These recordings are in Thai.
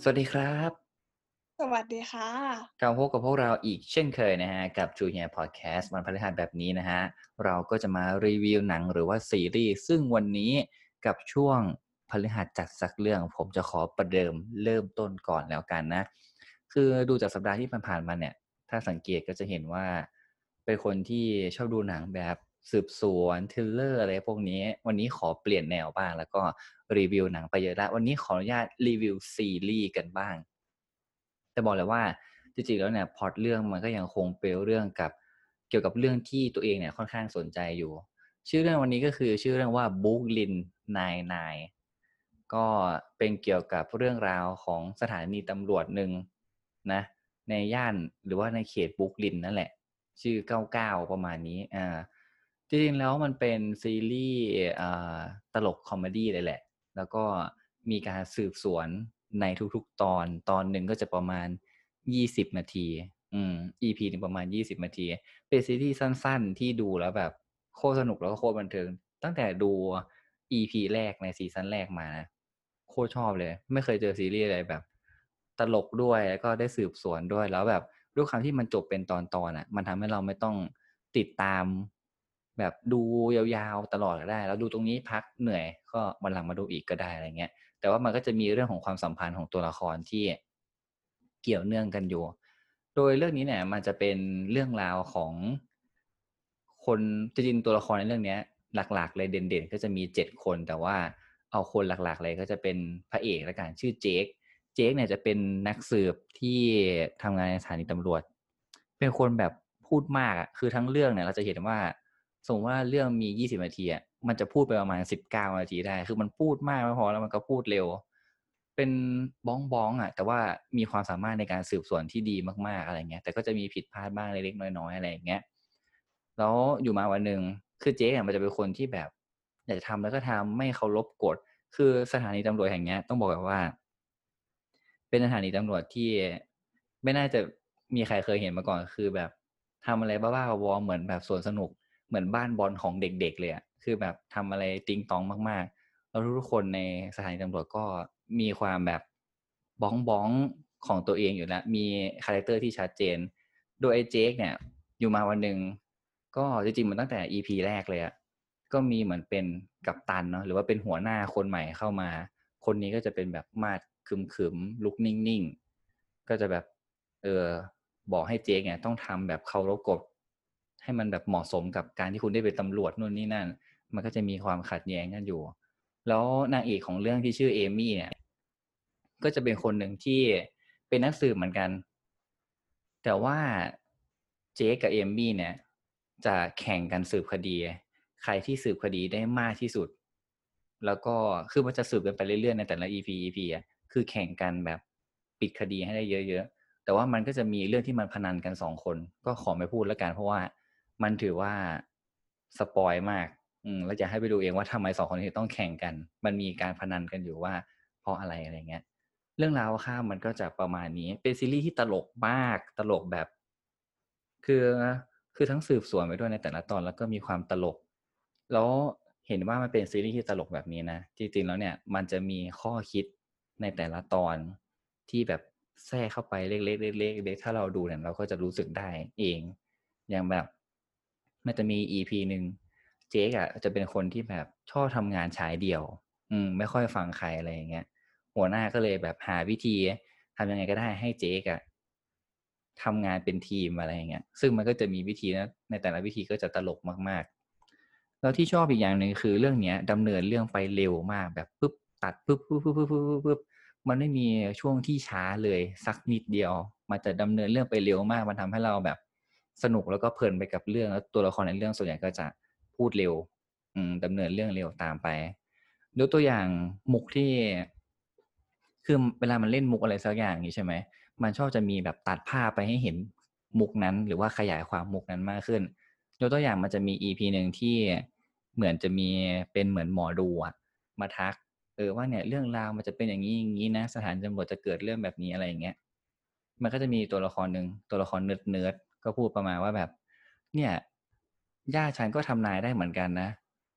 สวัสดีครับสวัสดีค่ะกลับมาพบกับพวกเราอีกเช่นเคยนะฮะกับ True Here Podcast วันพฤหัสแบบนี้นะฮะเราก็จะมารีวิวหนังหรือว่าซีรีส์ซึ่งวันนี้กับช่วงพฤหัสจัดสักเรื่องผมจะขอประเดิมเริ่มต้นก่อนแล้วกันนะคือดูจากสัปดาห์ที่ผ่านๆมาเนี่ยถ้าสังเกตก็จะเห็นว่าเป็นคนที่ชอบดูหนังแบบสืบสวน Thriller อะไรพวกนี้วันนี้ขอเปลี่ยนแนวบ้างแล้วก็รีวิวหนังไปเยอะแล้ววันนี้ขออนุญาตรีวิวซีรีส์กันบ้าง แต่บอกเลยว่าจริงๆแล้วเนี่ยพล็อตเรื่องมันก็ยังคงเป็นเรื่องกับเกี่ยวกับเรื่องที่ตัวเองเนี่ยค่อนข้างสนใจอยู่ชื่อเรื่องวันนี้ก็คือชื่อเรื่องว่า Brooklyn Nine-Nine ก็เป็นเกี่ยวกับเรื่องราวของสถานีตำรวจหนึ่งนะในย่านหรือว่าในเขตบรุกลินนั่นแหละชื่อ99ประมาณนี้จริงๆแล้วมันเป็นซีรีส์อ่าตลกคอมเมดีเลยแหละ แล้วก็มีการสืบสวนในทุกๆตอนหนึ่งก็จะประมาณ20นาทีEP หนึ่งประมาณ20นาทีเป็นซีรีส์สั้นๆที่ดูแล้วแบบโคตรสนุกแล้วก็โคตรบันเทิงตั้งแต่ดู EP แรกในซีซันแรกมานะโคตรชอบเลยไม่เคยเจอซีรีส์อะไรแบบตลกด้วยแล้วก็ได้สืบสวนด้วยแล้วแบบด้วยความที่มันจบเป็นตอนๆอะมันทำให้เราไม่ต้องติดตามแบบดูยาวๆตลอดก็ได้แล้วดูตรงนี้พักเหนื่อยก็วันหลังมาดูอีกก็ได้อะไรเงี้ยแต่ว่ามันก็จะมีเรื่องของความสัมพันธ์ของตัวละครที่เกี่ยวเนื่องกันอยู่โดยเรื่องนี้เนี่ยมันจะเป็นเรื่องราวของคนจริงๆตัวละครในเรื่องเนี้ยหลักๆเลยเด่นๆก็จะมี7คนแต่ว่าเอาคนหลักๆเลยก็จะเป็นพระเอกแล้วกันชื่อเจค เจคเนี่ยจะเป็นนักสืบที่ทำงานในสถานีตำรวจเป็นคนแบบพูดมากอะคือทั้งเรื่องเนี่ยเราจะเห็นว่าสมมุติว่าเรื่องมี20นาทีอะมันจะพูดไปประมาณ19นาทีได้คือมันพูดมากไม่พอแล้วมันก็พูดเร็วเป็นบ๊องๆอะแต่ว่ามีความสามารถในการสืบสวนที่ดีมากๆอะไรเงี้ยแต่ก็จะมีผิดพลาดบ้างเล็กๆน้อยๆอะไรอย่างเงี้ยแล้วอยู่มาวันหนึ่งคือเจ๊อะมันจะเป็นคนที่แบบอยากจะทำแล้วก็ทำไม่เคารพกฎ คือสถานีตำรวจแห่งเนี้ยต้องบอกก่อนว่าเป็นสถานีตำรวจที่ไม่น่าจะมีใครเคยเห็นมาก่อนคือแบบทำอะไรบ้าๆบอๆเหมือนแบบสวนสนุกเหมือนบ้านบอลของเด็กๆเลยอะคือแบบทำอะไรติ๊งต๊องมากๆแล้วทุกๆคนในสถานีตำรวจก็มีความแบบบ๊องๆของตัวเองอยู่แล้วมีคาแรกเตอร์ที่ชัดเจนโดยไอ้เจคเนี่ยอยู่มาวันหนึ่งก็จริงๆมันตั้งแต่ EP แรกเลยอะ ก็มีเหมือนเป็นกัปตันเนาะหรือว่าเป็นหัวหน้าคนใหม่เข้ามาคนนี้ก็จะเป็นแบบมาดขรึมๆลุกนิ่งๆก็จะแบบเอ่อบอกให้เจ๊กเนี่ยต้องทำแบบเคารพกฎให้มันแบบเหมาะสมกับการที่คุณได้เป็นตำรวจนู่นนี่นั่นมันก็จะมีความขัดแย้งกันอยู่แล้วนางเอกของเรื่องที่ชื่อเอมี่เนี่ยก็จะเป็นคนหนึ่งที่เป็นนักสืบเหมือนกัน แต่ว่าเจคกับเอมมี่เนี่ยจะแข่งกันสืบคดีใครที่สืบคดีได้มากที่สุดแล้วก็คือมันจะสืบกันไปเรื่อยๆในแต่ละ EP อะคือแข่งกันแบบปิดคดีให้ได้เยอะๆแต่ว่ามันก็จะมีเรื่องที่มันพนันกัน2 คนก็ขอไม่พูดแล้วกันเพราะว่ามันถือว่าสปอยมากแล้วอยากให้ไปดูเองว่าทำไม2 คนนี้ต้องแข่งกันมันมีการพนันกันอยู่ว่าเพราะอะไรอะไรเงี้ย เรื่องราวคร่าวๆมันก็จะประมาณนี้ เป็นซีรีส์ที่ตลกมาก ตลกแบบคือคือทั้งสืบสวนไปด้วยในแต่ละตอนแล้วก็มีความตลก แล้วเห็นว่ามันเป็นซีรีส์ที่ตลกแบบนี้นะจริงๆแล้วเนี่ยมันจะมีข้อคิดในแต่ละตอนที่แบบแทรกเข้าไปเล็กๆเล็กๆเล็กๆถ้าเราดูเนี่ยเราก็จะรู้สึกได้เองอย่างแบบมันจะมี EP หนึ่งเจ๊กอะจะเป็นคนที่แบบชอบทำงานฉายเดี่ยวไม่ค่อยฟังใครอะไรอย่างเงี้ย หัวหน้าก็เลยแบบหาวิธีทำยังไงก็ได้ให้เจ๊กอะทำงานเป็นทีมอะไรอย่างเงี้ยซึ่งมันก็จะมีวิธีนะในแต่ละวิธีก็จะตลกมากๆแล้วที่ชอบอีกอย่างหนึ่งคือเรื่องเนี้ยดำเนินเรื่องไปเร็วมากแบบปุ๊บตัดปุ๊บปุ๊บปุ๊บปุ๊บปุ๊บปุ๊บมันไม่มีช่วงที่ช้าเลยสักนิดเดียวมันจะดำเนินเรื่องไปเร็วมากมันทำให้เราแบบสนุกแล้วก็เพลินไปกับเรื่องแล้วตัวละครในเรื่องส่วนใหญ่ก็จะพูดเร็วดำเนินเรื่องเร็วตามไปยกตัวอย่างมุกที่ คือเวลามันเล่นมุกอะไรสักอย่างงี้ใช่ไหมมันชอบจะมีแบบตัดภาพไปให้เห็นมุกนั้นหรือว่าขยายความมุกนั้นมากขึ้นยกตัวอย่างมันจะมี EP หนึ่งที่เหมือนจะมีเป็นเหมือนหมอดูอะมาทักว่าเนี่ยเรื่องราวมันจะเป็นอย่างงี้ๆนะสถานีตำรวจจะเกิดเรื่องแบบนี้อะไรอย่างเงี้ยมันก็จะมีตัวละครหนึ่งตัวละครเนิร์ดๆก็พูดประมาณว่าแบบเนี่ยญาติฉันก็ทำนายได้เหมือนกันนะ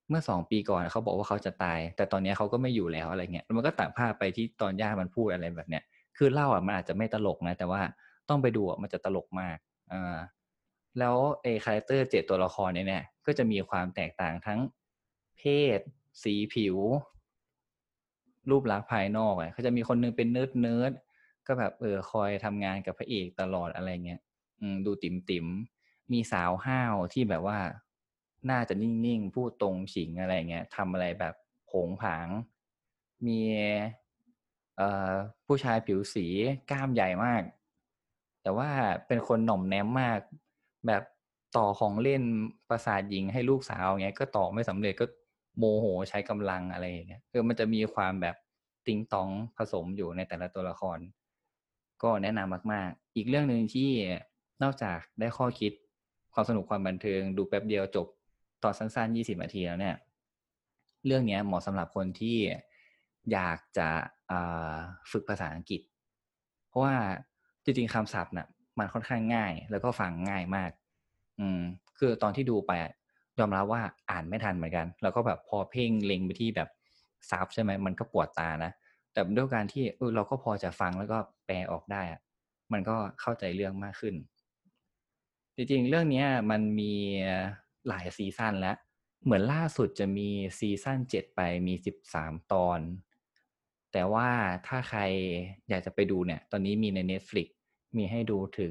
เมื่อ2 ปีก่อนเขาบอกว่าเขาจะตายแต่ตอนนี้เขาก็ไม่อยู่แล้วอะไรเงี้ยแล้วมันก็ตัดภาพไปที่ตอนย่ามันพูดอะไรแบบเนี้ยคือเล่ามันอาจจะไม่ตลกนะแต่ว่าต้องไปดูมันจะตลกมากแล้วคาแรคเตอร์7ตัวละครเนี่ยก็จะมีความแตกต่างทั้งเพศสีผิวรูปลักษณ์ภายนอกเขาจะมีคนนึงเป็นเนิร์ดก็แบบคอยทำงานกับพระเอกตลอดอะไรเงี้ยดูติ๋มมีสาวห้าวที่แบบว่าน่าจะนิ่งๆพูดตรงฉิงอะไรเงี้ยทำอะไรแบบโผงผางมีเอ่อผู้ชายผิวสีกล้ามใหญ่มากแต่ว่าเป็นคนหน่อมแนมมากแบบต่อของเล่นประสาทหญิงให้ลูกสาวเงี้ยก็ต่อไม่สำเร็จก็โมโหใช้กำลังอะไรอย่างเงี้ยมันจะมีความแบบติ๊งต๊องผสมอยู่ในแต่ละตัวละครก็แนะนำมากๆอีกเรื่องนึงที่นอกจากได้ข้อคิดความสนุกความบันเทิงดูแป๊บเดียวจบตอนสั้นๆ20 นาทีแล้วเนี่ยเรื่องนี้เหมาะสำหรับคนที่อยากจะฝึกภาษาอังกฤษเพราะว่าจริงๆคำศัพท์น่ะมันค่อนข้างง่ายแล้วก็ฟังง่ายมากคือตอนที่ดูไปยอมรับว่าอ่านไม่ทันเหมือนกันแล้วก็แบบพอเพ่งเล็งไปที่แบบซับใช่ไหมมันก็ปวดตานะแต่ด้วยการที่เราก็พอจะฟังแล้วก็แปลออกได้มันก็เข้าใจเรื่องมากขึ้นจริงๆเรื่องนี้มันมีหลายซีซั่นแล้วเหมือนล่าสุดจะมีซีซั่น7ไปมี13 ตอนแต่ว่าถ้าใครอยากจะไปดูเนี่ยตอนนี้มีใน Netflix มีให้ดูถึง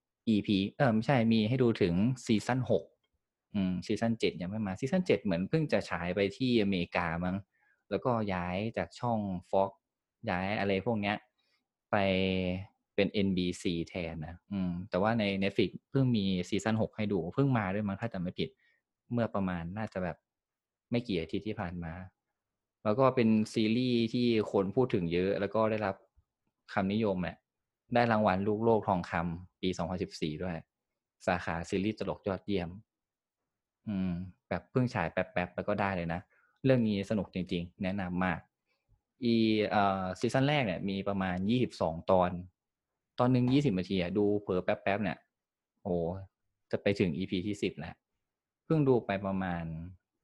EP ไม่ใช่มีให้ดูถึงซีซั่น6ซีซั่น7ยังไม่มาซีซั่น7เหมือนเพิ่งจะฉายไปที่อเมริกามั้งแล้วก็ย้ายจากช่อง Fox ย้ายอะไรพวกเนี้ยไปเป็น NBC แทนนะแต่ว่าใน Netflix เพิ่งมีซีซั่น6ให้ดูเพิ่งมาด้วยมั้งถ้าจำไม่ผิดเมื่อประมาณน่าจะแบบไม่กี่อาทิตย์ที่ผ่านมาแล้วก็เป็นซีรีส์ที่คนพูดถึงเยอะแล้วก็ได้รับคำนิยมแหละได้รางวัลลูกโลกทองคำปี2014ด้วยสาขาซีรีส์ตลกยอดเยี่ยมแบบเพิ่งฉายแป๊บๆแล้วก็ได้เลยนะเรื่องนี้สนุกจริงๆแนะนำมากอีซีซั่นแรกเนี่ยมีประมาณ22 ตอนตอนหนึ่ง20 นาทีดูเผลอแป๊บๆเนี่ยโอ้จะไปถึง EP ที่10แล้วเพิ่งดูไปประมาณ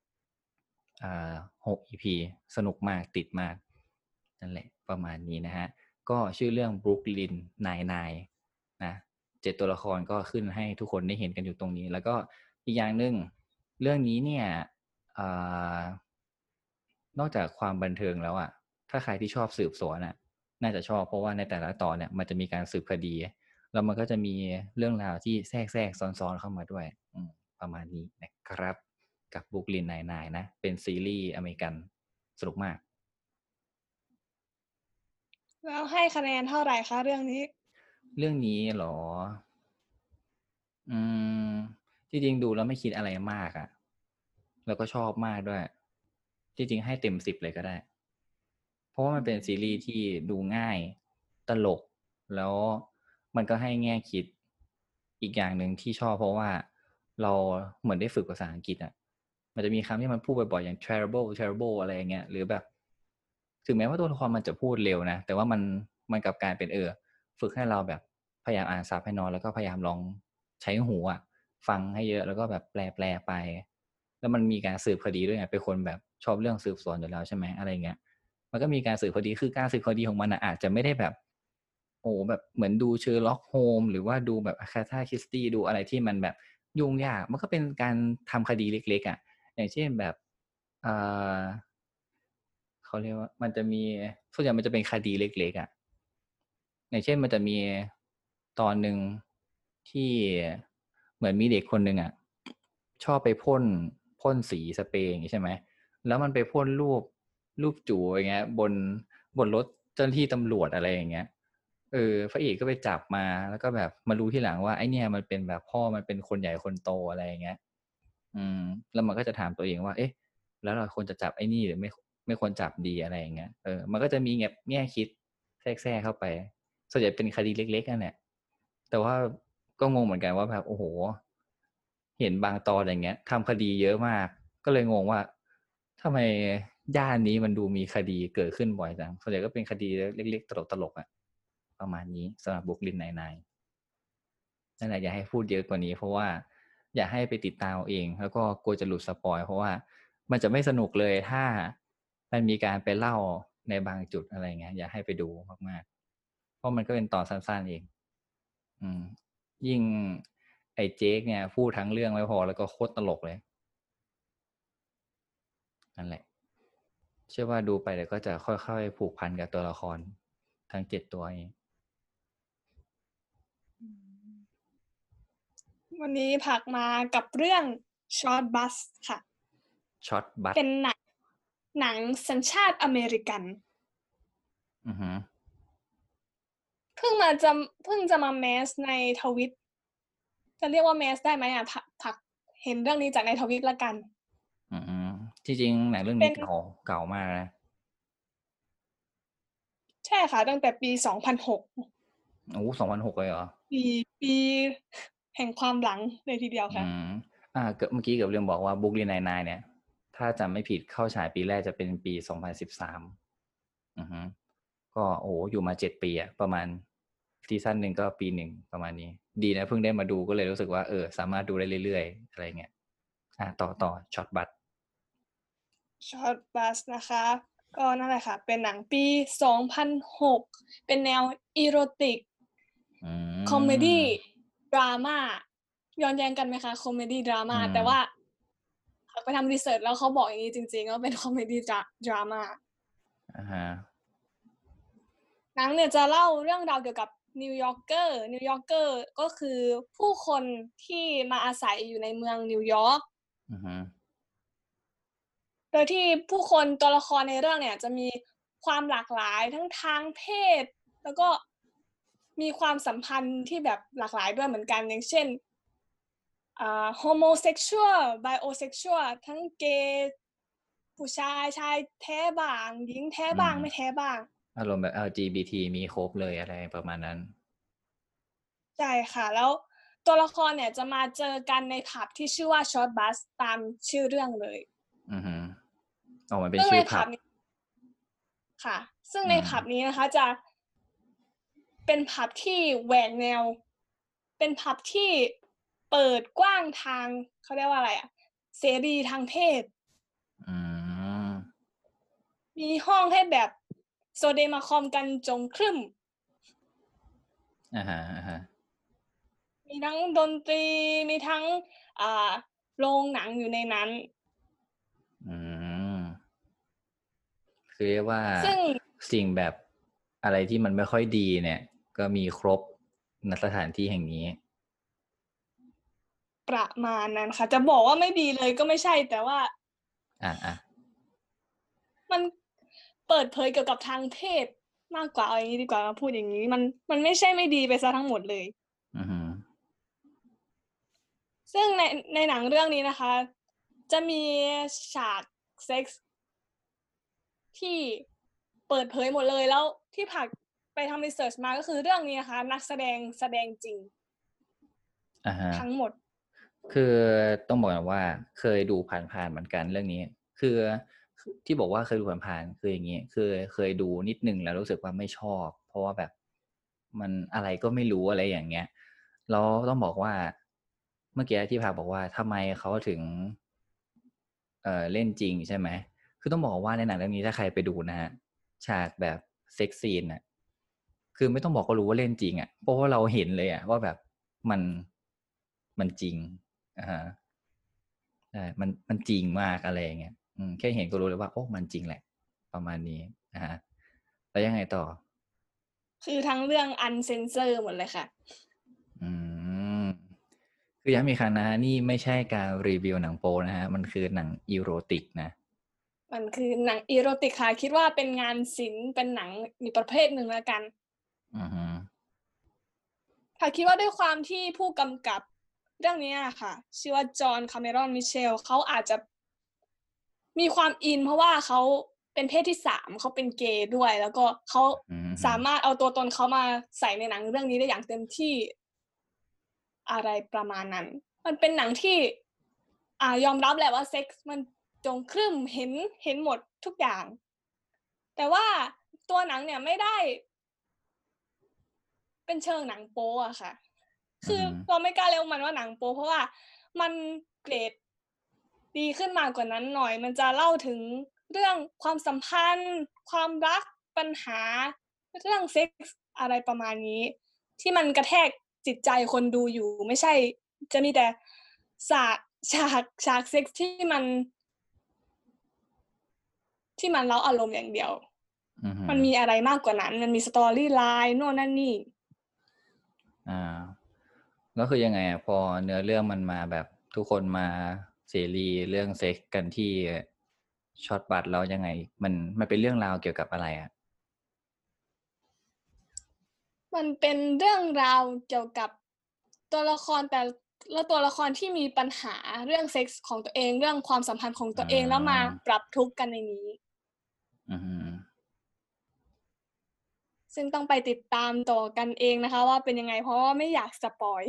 6 EP สนุกมากติดมากนั่นแหละประมาณนี้นะฮะก็ชื่อเรื่อง Brooklyn Nine-Nine นะ7ตัวละครก็ขึ้นให้ทุกคนได้เห็นกันอยู่ตรงนี้แล้วก็อีกอย่างหนึ่งเรื่องนี้เนี่ยนอกจากความบันเทิงแล้วถ้าใครที่ชอบสืบสวนน่าจะชอบเพราะว่าในแต่ละตอนเนี่ยมันจะมีการสืบคดีแล้วมันก็จะมีเรื่องราวที่แทรกซ้อนๆเข้ามาด้วยประมาณนี้นะครับกับ Brooklyn Nine-Nine นะเป็นซีรีส์อเมริกันสนุกมากแล้วให้คะแนนเท่าไหร่คะเรื่องนี้เรื่องนี้เหรออืมจริงๆดูแล้วไม่คิดอะไรมากแล้วก็ชอบมากด้วยจริงๆให้เต็ม10เลยก็ได้ เพราะว่ามันเป็นซีรีส์ที่ดูง่ายตลกแล้วมันก็ให้แง่คิดอีกอย่างหนึ่งที่ชอบเพราะว่าเราเหมือนได้ฝึกภาษาอังกฤษมันจะมีคำที่มันพูดบ่อยๆอย่าง terrible อะไรอย่างเงี้ยหรือแบบถึงแม้ว่าตัวละครมันจะพูดเร็วนะแต่ว่ามันกลับกลายเป็นฝึกให้เราแบบพยายามอ่านซับให้น้อยแล้วก็พยายามลองใช้หูฟังให้เยอะแล้วก็แบบแปลไปแล้วมันมีการสืบคดีด้วยไงเป็นคนแบบชอบเรื่องสืบสวนอยู่แล้วใช่ไหมอะไรเงี้ย มันก็มีการสืบคดีคือการสืบคดีของมันอาจจะไม่ได้แบบโอ้แบบเหมือนดูเชอร์ล็อกโฮมหรือว่าดูแบบอ g าธาคริสตี้ดูอะไรที่มันแบบยุ่งยากมันก็เป็นการทำคดีเล็กๆอย่างเช่นแบบเอ่อเขาเรียกว่ามันจะมีส่วนใหญ่มันจะเป็นคดีเล็กๆอย่างเช่นมันจะมีตอนหนึ่งที่เหมือนมีเด็กคนหนึ่งชอบไปพ่นสีสเปรย์อย่างนี้ใช่ไหมแล้วมันไปพ่นรูปจู่อย่างเงี้ยบนรถเจ้าหน้าที่ตำรวจอะไรอย่างเงี้ยพระเอกก็ไปจับมาแล้วก็แบบมารู้ที่หลังว่าไอ้เนี่ยมันเป็นแบบพ่อมันเป็นคนใหญ่คนโตอะไรอย่างเงี้ยแล้วมันก็จะถามตัวเองว่าเอ๊ะแล้วเราควรจะจับไอ้นี่หรือไม่ควรจับดีอะไรอย่างเงี้ยมันก็จะมีแง่คิดแทรกเข้าไปส่วนใหญ่เป็นคดีเล็กๆนั่นแหละแต่ว่าก็งงเหมือนกันว่าแบบโอ้โหเห็นบางตอนอย่างเงี้ยทำคดีเยอะมากก็เลยงงว่าทำไมย่านนี้มันดูมีคดีเกิดขึ้นบ่อยจังส่วนใหญ่ก็เป็นคดีเล็กๆตลกๆประมาณนี้สำหรับบุคลินไนน์นั่นแหละอย่าให้พูดเยอะกว่านี้เพราะว่าอยากให้ไปติดตามเอาเองแล้วก็กลัวจะหลุดสปอยเพราะว่ามันจะไม่สนุกเลยถ้ามันมีการไปเล่าในบางจุดอะไรเงี้ยอยากให้ไปดูมากๆเพราะมันก็เป็นตอนสั้นๆเองยิ่งไอ้เจคเนี่ยพูดทั้งเรื่องไม่พอแล้วก็โคตรตลกเลยนั่นแหละเชื่อว่าดูไปเดี๋ยวก็จะค่อยๆผูกพันกับตัวละครทั้ง7ตัวนี้วันนี้ผักมากับเรื่อง Short Bus ค่ะช็อตบัสเป็นหนังสัญชาติอเมริกันเพิ่งจะมาแมสในทวิตจะเรียกว่าแมสได้ไหมอ่ะผักเห็นเรื่องนี้จากในทวิตละกันที่จริงหนังเรื่องนี้เก่ามากนะใช่ค่ะตั้งแต่ปี2006 โอ้2006เลยเหรอปีแห่งความหลังเลยทีเดียวค่ะเมื่อกี้กับเรื่องบอกว่าบุ๊กลิน99เนี่ยถ้าจำไม่ผิดเข้าฉายปีแรกจะเป็นปี2013ก็โอ้อยู่มา7 ปีอะประมาณซีซั่น1ก็ปี1ประมาณนี้ดีนะเพิ่งได้มาดูก็เลยรู้สึกว่าสามารถดูได้เรื่อยๆอะไรเงี้ยต่อช็อตบัส Short Bus นะคะก็นั่นแหละค่ะเป็นหนังปี2006เป็นแนวอีโรติกคอมเมดี้ดราม่าย้อนแย้งกันไหมคะคอมเมดี้ดราม่าแต่ว่าไปทำรีเสิร์ชแล้วเขาบอกอย่างนี้จริงๆว่าเป็นคอมเมดี้ดราม่าหนังเนี่ยจะเล่าเรื่องราวเกี่ยวกับนิวยอร์กเกอร์ก็คือผู้คนที่มาอาศัยอยู่ในเมืองนิวยอร์กโดยที่ผู้คนตัวละครในเรื่องเนี่ยจะมีความหลากหลายทั้งทางเพศแล้วก็มีความสัมพันธ์ที่แบบหลากหลายด้วยเหมือนกันอย่างเช่นhomosexual bisexual ทั้งเกย์ผู้ชายแท้บ้างหญิงแท้บ้างไม่แท้บ้างอารมณ์แบบ LGBT มีครบเลยอะไรประมาณนั้นใช่ค่ะแล้วตัวละครเนี่ยจะมาเจอกันในผับที่ชื่อว่า Short Bus ตามชื่อเรื่องเลยมันเป็นชื่อผับค่ะซึ่งในผับนี้นะคะจะเป็นผับที่แหวกแนวเป็นผับที่เปิดกว้างทางเขาเรียกว่าอะไรเสรีทางเพศมีห้องให้แบบโซเดมาคอมกันจงครึ้มมีทั้งดนตรีมีทั้งโรงหนังอยู่ในนั้นคือเรียกว่าสิ่งแบบอะไรที่มันไม่ค่อยดีเนี่ยก็มีครบณสถานที่แห่งนี้ประมาณนั้นค่ะจะบอกว่าไม่ดีเลยก็ไม่ใช่แต่ว่ามันเปิดเผยเกี่ยวกับทางเพศมากกว่าอย่างนี้ดีกว่ามาพูดอย่างนี้มันไม่ใช่ไม่ดีไปซะทั้งหมดเลยซึ่งในหนังเรื่องนี้นะคะจะมีฉากเซ็กส์ที่เปิดเผยหมดเลยแล้วที่ผักไปทำรีเสิร์ชมาก็คือเรื่องนี้นะคะนักแสดงจริงทั้งหมดคือต้องบอกว่าเคยดูผ่านเหมือนกันเรื่องนี้คือที่บอกว่าเคยดูผ่านคืออย่างนี้คือเคยดูนิดนึงแล้วรู้สึกว่าไม่ชอบเพราะว่าแบบมันอะไรก็ไม่รู้อะไรอย่างเงี้ยแล้วต้องบอกว่าเมื่อกี้ที่พาบอกว่าทำไมเขาถึงเล่นจริงใช่ไหมคือต้องบอกว่าในหนังเรื่องนี้ถ้าใครไปดูนะฮะฉากแบบเซ็กซีนน่ะคือไม่ต้องบอกก็รู้ว่าเล่นจริงอ่ะเพราะว่าเราเห็นเลยอ่ะว่าแบบมันจริงใช่มันจริงมากอะไรอย่างเงี้ยแค่เห็นก็รู้เลยว่าโอ้มันจริงแหละประมาณนี้แล้วยังไงต่อคือทั้งเรื่องอันเซนเซอร์หมดเลยค่ะคือย้ำอีกครั้งนะนี่ไม่ใช่การรีวิวหนังโปนะฮะมันคือหนังอีโรติกนะมันคือหนังอีโรติกค่ะคิดว่าเป็นงานศิลป์เป็นหนังอีกประเภทหนึ่งแล้วกันค่ะคิดว่าด้วยความที่ผู้กำกับเรื่องนี้ค่ะชื่อว่าจอห์นคาเมรอนมิเชลเขาอาจจะมีความอินเพราะว่าเขาเป็นเพศที่3เขาเป็นเกย์ด้วยแล้วก็เขาสามารถเอาตัวตนเขามาใส่ในหนังเรื่องนี้ได้อย่างเต็มที่อะไรประมาณนั้นมันเป็นหนังที่ยอมรับแหละว่าเซ็กส์มันจงครึ่มเห็นหมดทุกอย่างแต่ว่าตัวหนังเนี่ยไม่ได้เป็นเชิงหนังโป๊อะค่ะคือเราไม่กล้าเรียกมันว่าหนังโป๊เพราะว่ามันเกรดดีขึ้นมากว่านั้นหน่อยมันจะเล่าถึงเรื่องความสัมพันธ์ความรักปัญหาเรื่องเซ็กส์อะไรประมาณนี้ที่มันกระแทกจิตใจคนดูอยู่ไม่ใช่จะมีแต่ฉากฉากเซ็กส์ที่มันเร้าอารมณ์อย่างเดียวมันมีอะไรมากกว่านั้นมันมีสตอรี่ไลน์โน่นนั่นนี่แล้วคือยังไงพอเนื้อเรื่องมันมาแบบทุกคนมาเสรีเรื่องเซ็กกันที่ช็อตบัตรแล้วยังไงมันเป็นเรื่องราวเกี่ยวกับอะไรมันเป็นเรื่องราวเกี่ยวกับตัวละครแต่ละตัวละครที่มีปัญหาเรื่องเซ็กส์ของตัวเองเรื่องความสัมพันธ์ของตัวเองแล้วมาปรับทุกข์กันในนี้ซึ่งต้องไปติดตามต่อกันเองนะคะว่าเป็นยังไงเพราะว่าไม่อยากสปอย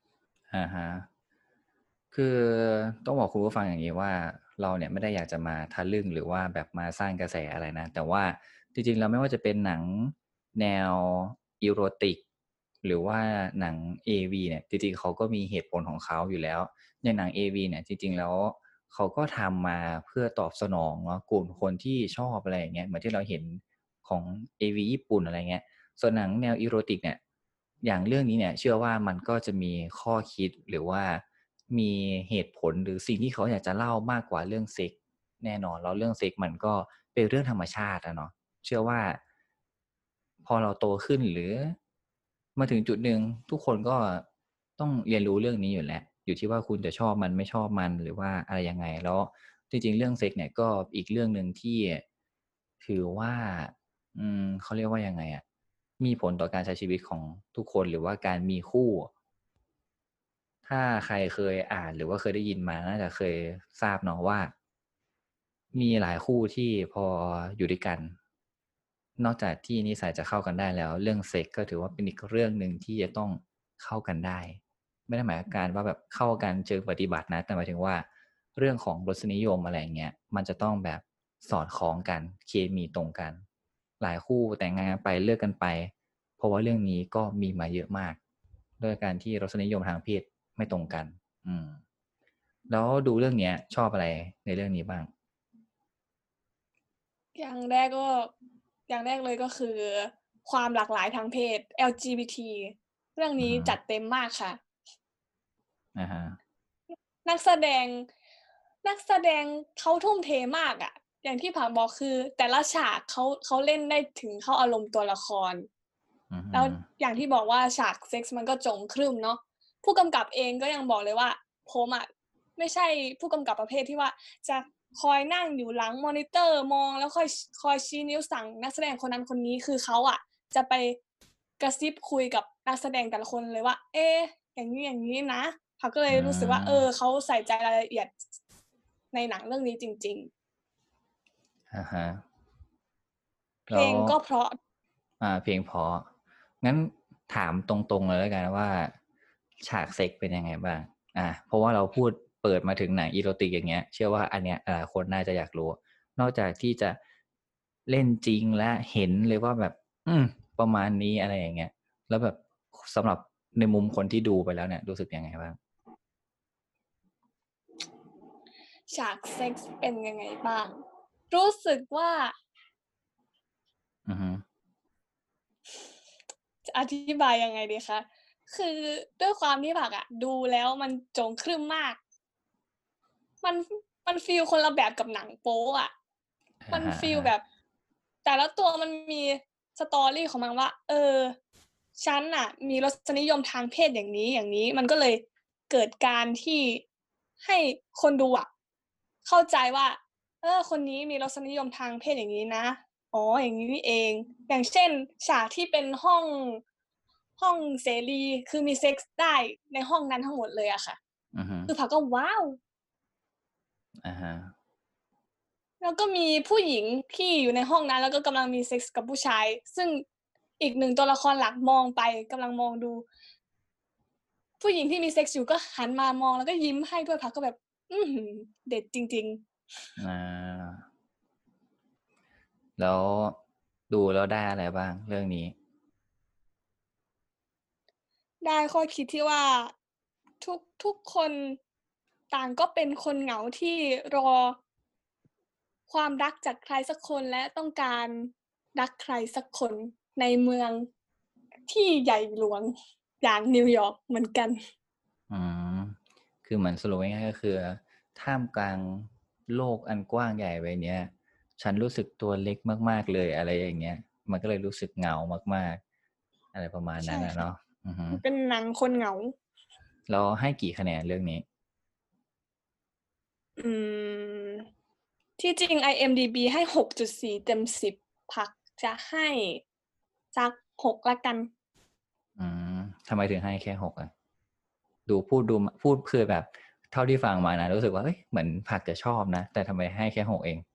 คือต้องบอกคุณผู้ฟังอย่างนี้ว่าเราเนี่ยไม่ได้อยากจะมาทะลึ่งหรือว่าแบบมาสร้างกระแสอะไรนะแต่ว่าจริงๆเราไม่ว่าจะเป็นหนังแนวอีโรติกหรือว่าหนัง AV เนี่ยจริงๆเขาก็มีเหตุผลของเขาอยู่แล้วอย่างหนัง AV เนี่ยจริงๆแล้วเขาก็ทำมาเพื่อตอบสนองเนาะกลุ่มคนที่ชอบอะไรอย่างเงี้ยเหมือนที่เราเห็นของ AV ญี่ปุ่นอะไรเงี้ยส่วนหนังแนวอีโรติกเนี่ยอย่างเรื่องนี้เนี่ยเชื่อว่ามันก็จะมีข้อคิดหรือว่ามีเหตุผลหรือสิ่งที่เขาอยากจะเล่ามากกว่าเรื่องเซ็กแน่นอนแล้วเรื่องเซ็กมันก็เป็นเรื่องธรรมชาติอะเนาะเชื่อว่าพอเราโตขึ้นหรือมาถึงจุดหนึ่งทุกคนก็ต้องเรียนรู้เรื่องนี้อยู่แล้วอยู่ที่ว่าคุณจะชอบมันไม่ชอบมันหรือว่าอะไรยังไงแล้วจริงๆเรื่องเซ็กเนี่ยก็อีกเรื่องหนึ่งที่ถือว่าเขาเรียกว่ายังไงอะมีผลต่อการใช้ชีวิตของทุกคนหรือว่าการมีคู่ถ้าใครเคยอ่านหรือว่าเคยได้ยินมาน่าจะเคยทราบเนาะว่ามีหลายคู่ที่พออยู่ด้วยกันนอกจากที่นิสัยจะเข้ากันได้แล้วเรื่องเซ็กก็ถือว่าเป็นอีกเรื่องหนึ่งที่จะต้องเข้ากันได้ไม่ได้หมายความว่าแบบเข้ากันเชิงปฏิบัตินะแต่หมายถึงว่าเรื่องของรสนิยมอะไรเงี้ยมันจะต้องแบบสอดคล้องกันเคมีตรงกันหลายคู่แต่งงานกันไปเลิกกันไปเพราะว่าเรื่องนี้ก็มีมาเยอะมากด้วยการที่รสนิยมทางเพศไม่ตรงกันแล้วดูเรื่องเนี้ยชอบอะไรในเรื่องนี้บ้างอย่างแรกเลยก็คือความหลากหลายทางเพศ LGBT เรื่องนี้จัดเต็มมากค่ะนักแสดงเขาทุ่มเทมากอ่ะอย่างที่ผักบอกคือแต่ละฉากเขาเล่นได้ถึงเข้าอารมณ์ตัวละครแล้วอย่างที่บอกว่าฉากเซ็กส์มันก็จงครึ่มเนาะผู้กำกับเองก็ยังบอกเลยว่าผมอ่ะไม่ใช่ผู้กำกับประเภทที่ว่าจะคอยนั่งอยู่หลังมอนิเตอร์มองแล้วคอยชี้นิ้วสั่งนักแสดงคนนั้นคนนี้คือเขาอ่ะจะไปกระซิบคุยกับนักแสดงแต่ละคนเลยว่าเอ๊ะอย่างนี้นะผักก็เลยรู้สึกว่าเขาใส่ใจรายละเอียดในหนังเรื่องนี้จริงๆเพลงก็เพราะเพลงเพราะงั้นถามตรงๆเลยแล้วกันว่าฉากเซ็กเป็นยังไงบ้างเพราะว่าเราพูดเปิดมาถึงหนังอีโรติกอย่างเงี้ยเชื่อว่าอันเนี้ยคนน่าจะอยากรู้นอกจากที่จะเล่นจริงและเห็นเลยว่าแบบประมาณนี้อะไรอย่างเงี้ยแล้วแบบสำหรับในมุมคนที่ดูไปแล้วเนี่ยรู้สึกยังไงบ้างฉากเซ็กส์เป็นยังไงบ้างรู้สึกว่าจะอธิบายยังไงดีคะคือด้วยความที่ผักอะดูแล้วมันจงครึ่มมากมันฟีลคนละแบบกับหนังโป๊อะมันฟีลแบบแต่ละตัวมันมีสตอรี่ของมันว่าฉันน่ะมีรสนิยมทางเพศอย่างนี้มันก็เลยเกิดการที่ให้คนดูอะเข้าใจว่าคนนี้มีรสนิยมทางเพศอย่างนี้นะอ๋ออย่างนี้นี่เองอย่างเช่นฉากที่เป็นห้องเสรีคือมีเซ็กส์ได้ในห้องนั้นทั้งหมดเลยอะค่ะคือผักก็ว้าวแล้วก็มีผู้หญิงที่อยู่ในห้องนั้นแล้วก็กำลังมีเซ็กส์กับผู้ชายซึ่งอีกหนึ่งตัวละครหลักมองไปกำลังมองดูผู้หญิงที่มีเซ็กส์อยู่ก็หันมามองแล้วก็ยิ้มให้ด้วยพักก็แบบเด็ดจริงๆแล้วดูแล้วได้อะไรบ้างเรื่องนี้ได้ข้อคิดที่ว่าทุกคนต่างก็เป็นคนเหงาที่รอความรักจากใครสักคนและต้องการรักใครสักคนในเมืองที่ใหญ่หลวงอย่างนิวยอร์กเหมือนกันอืมคือเหมือนสรุปง่ายๆก็คือท่ามกลางโลกอันกว้างใหญ่ใบเนี้ยฉันรู้สึกตัวเล็กมากๆเลยอะไรอย่างเงี้ยมันก็เลยรู้สึกเหงามากๆอะไรประมาณนั้ใช่นอะค่ะเนาะอือฮึมันเป็นหนังคนเหงาแล้วให้กี่คะแนนเรื่องนี้อืมที่จริง IMDb ให้6.4เต็ม10ผักจะให้สัก6ละกันอืมทำไมถึงให้แค่6อ่ะพูดเพื่อแบบเท่าที่ฟังมานะรู้สึกว่าเอ้ยเหมือนผักจะชอบนะแต่ทำไมให้แค่6เอง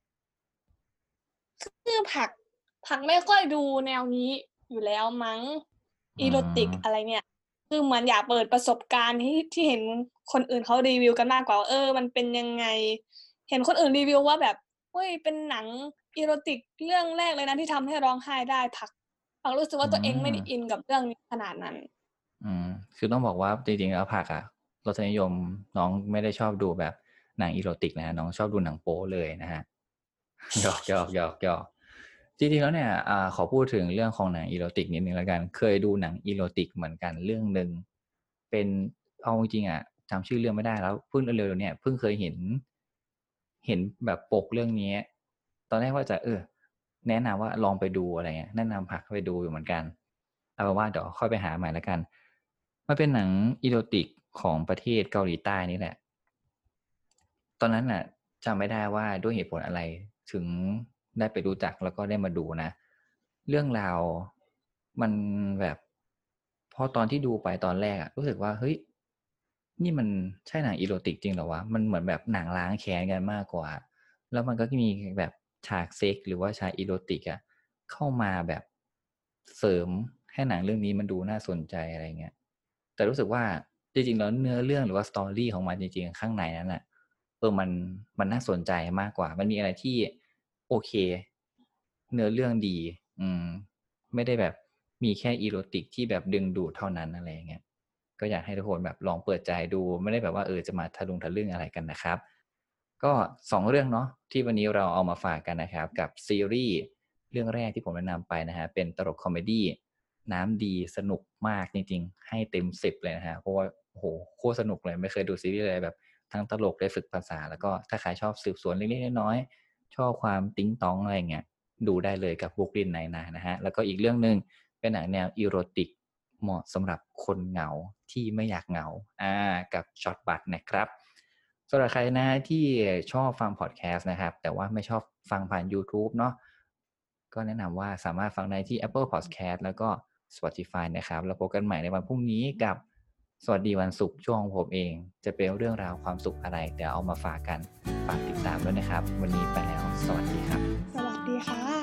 คือผักไม่ค่อยดูแนวนี้อยู่แล้วมั้งอือีโรติกมอะไรเนี่ยคือเหมือนอยากเปิดประสบการณ์ที่เห็นคนอื่นเขารีวิวกันมากกว่าว่ามันเป็นยังไงเห็นคนอื่นรีวิวว่าแบบเฮ้ยเป็นหนังอีโรติกเรื่องแรกเลยนะที่ทำให้ร้องไห้ได้ผักรู้สึกอืว่าตัวเองไม่ได้มอินกับเรื่องนี้ขนาดนั้นอืมคือต้องบอกว่าจริงๆแล้วผักอ่ะรสนิยมน้องไม่ได้ชอบดูแบบหนังอีโรติกนะน้องชอบดูหนังโป๊เลยนะฮะ หยอกหยอกหยอกหยอกจริงๆแล้วเนี่ยขอพูดถึงเรื่องของหนังอีโรติกนิดนึงแล้วกันเคยดูหนังอีโรติกเหมือนกันเรื่องหนึ่งเป็นเอาจริงๆอ่ะจำชื่อเรื่องไม่ได้แล้วเพิ่งเร็วๆเนี่ยเพิ่งเคยเห็นแบบปกเรื่องนี้ตอนแรกว่าจะแนะนำว่าลองไปดูอะไรเงี้ยแนะนำผักไปดูอยู่เหมือนกันเอาเป็นว่าเดี๋ยวค่อยไปหาใหม่แล้วกันมันเป็นหนังอีโรติกของประเทศเกาหลีใต้นี่แหละ ตอนนั้นน่ะจำไม่ได้ว่าด้วยเหตุผลอะไรถึงได้ไปรู้จักแล้วก็ได้มาดูนะเรื่องราวมันแบบพอตอนที่ดูไปตอนแรกอะรู้สึกว่าเฮ้ยนี่มันใช่หนังอีโรติกจริงเหรอวะมันเหมือนแบบหนังล้างแค้นกันมากกว่าแล้วมันก็มีแบบฉากเซ็กหรือว่าฉากอีโรติกอะเข้ามาแบบเสริมให้หนังเรื่องนี้มันดูน่าสนใจอะไรเงี้ย แต่รู้สึกว่าจริงๆแล้วเนื้อเรื่องหรือว่าสตอรี่ของมันจริงๆข้างในนั้นน่ะมันน่าสนใจมากกว่ามันมีอะไรที่โอเคเนื้อเรื่องดีอืมไม่ได้แบบมีแค่อีโรติกที่แบบดึงดูดเท่านั้นอะไรอย่างเงี้ยก็อยากให้ทุกคนแบบลองเปิดใจดูไม่ได้แบบว่าจะมาทะลึ่งอะไรกันนะครับก็2เรื่องเนาะที่วันนี้เราเอามาฝากกันนะครับกับซีรีส์เรื่องแรกที่ผมแนะนำไปนะฮะเป็นตลกคอมเมดี้ น้ำดีสนุกมากจริงๆให้เต็ม10เลยนะฮะเพราะว่าโอ้โหโคตรสนุกเลยไม่เคยดูซีรีส์อะไรแบบทั้งตลกได้ฝึกภาษาแล้วก็ถ้าใครชอบสืบสวนเล็กๆน้อยๆชอบความติ๊งต๊องอะไรเงี้ยดูได้เลยกับ Brooklyn Nine-Nine นะฮะแล้วก็อีกเรื่องหนึ่งเป็นหนังแนวอีโรติกเหมาะสำหรับคนเหงาที่ไม่อยากเหงากับช็อตบัตนะครับสำหรับใครนะที่ชอบฟังพอดแคสต์นะครับแต่ว่าไม่ชอบฟังผ่าน YouTube เนาะ ก็แนะนำว่าสามารถฟังได้ที่ Apple Podcast แล้วก็ Spotify นะครับแล้วพบกันใหม่ในวันพรุ่งนี้กับสวัสดีวันศุกร์ช่วงของผมเองจะเป็นเรื่องราวความสุขอะไรเดี๋ยวเอามาฝากกันฝากติดตามด้วยนะครับวันนี้ไปแล้วสวัสดีครับสวัสดีค่ะ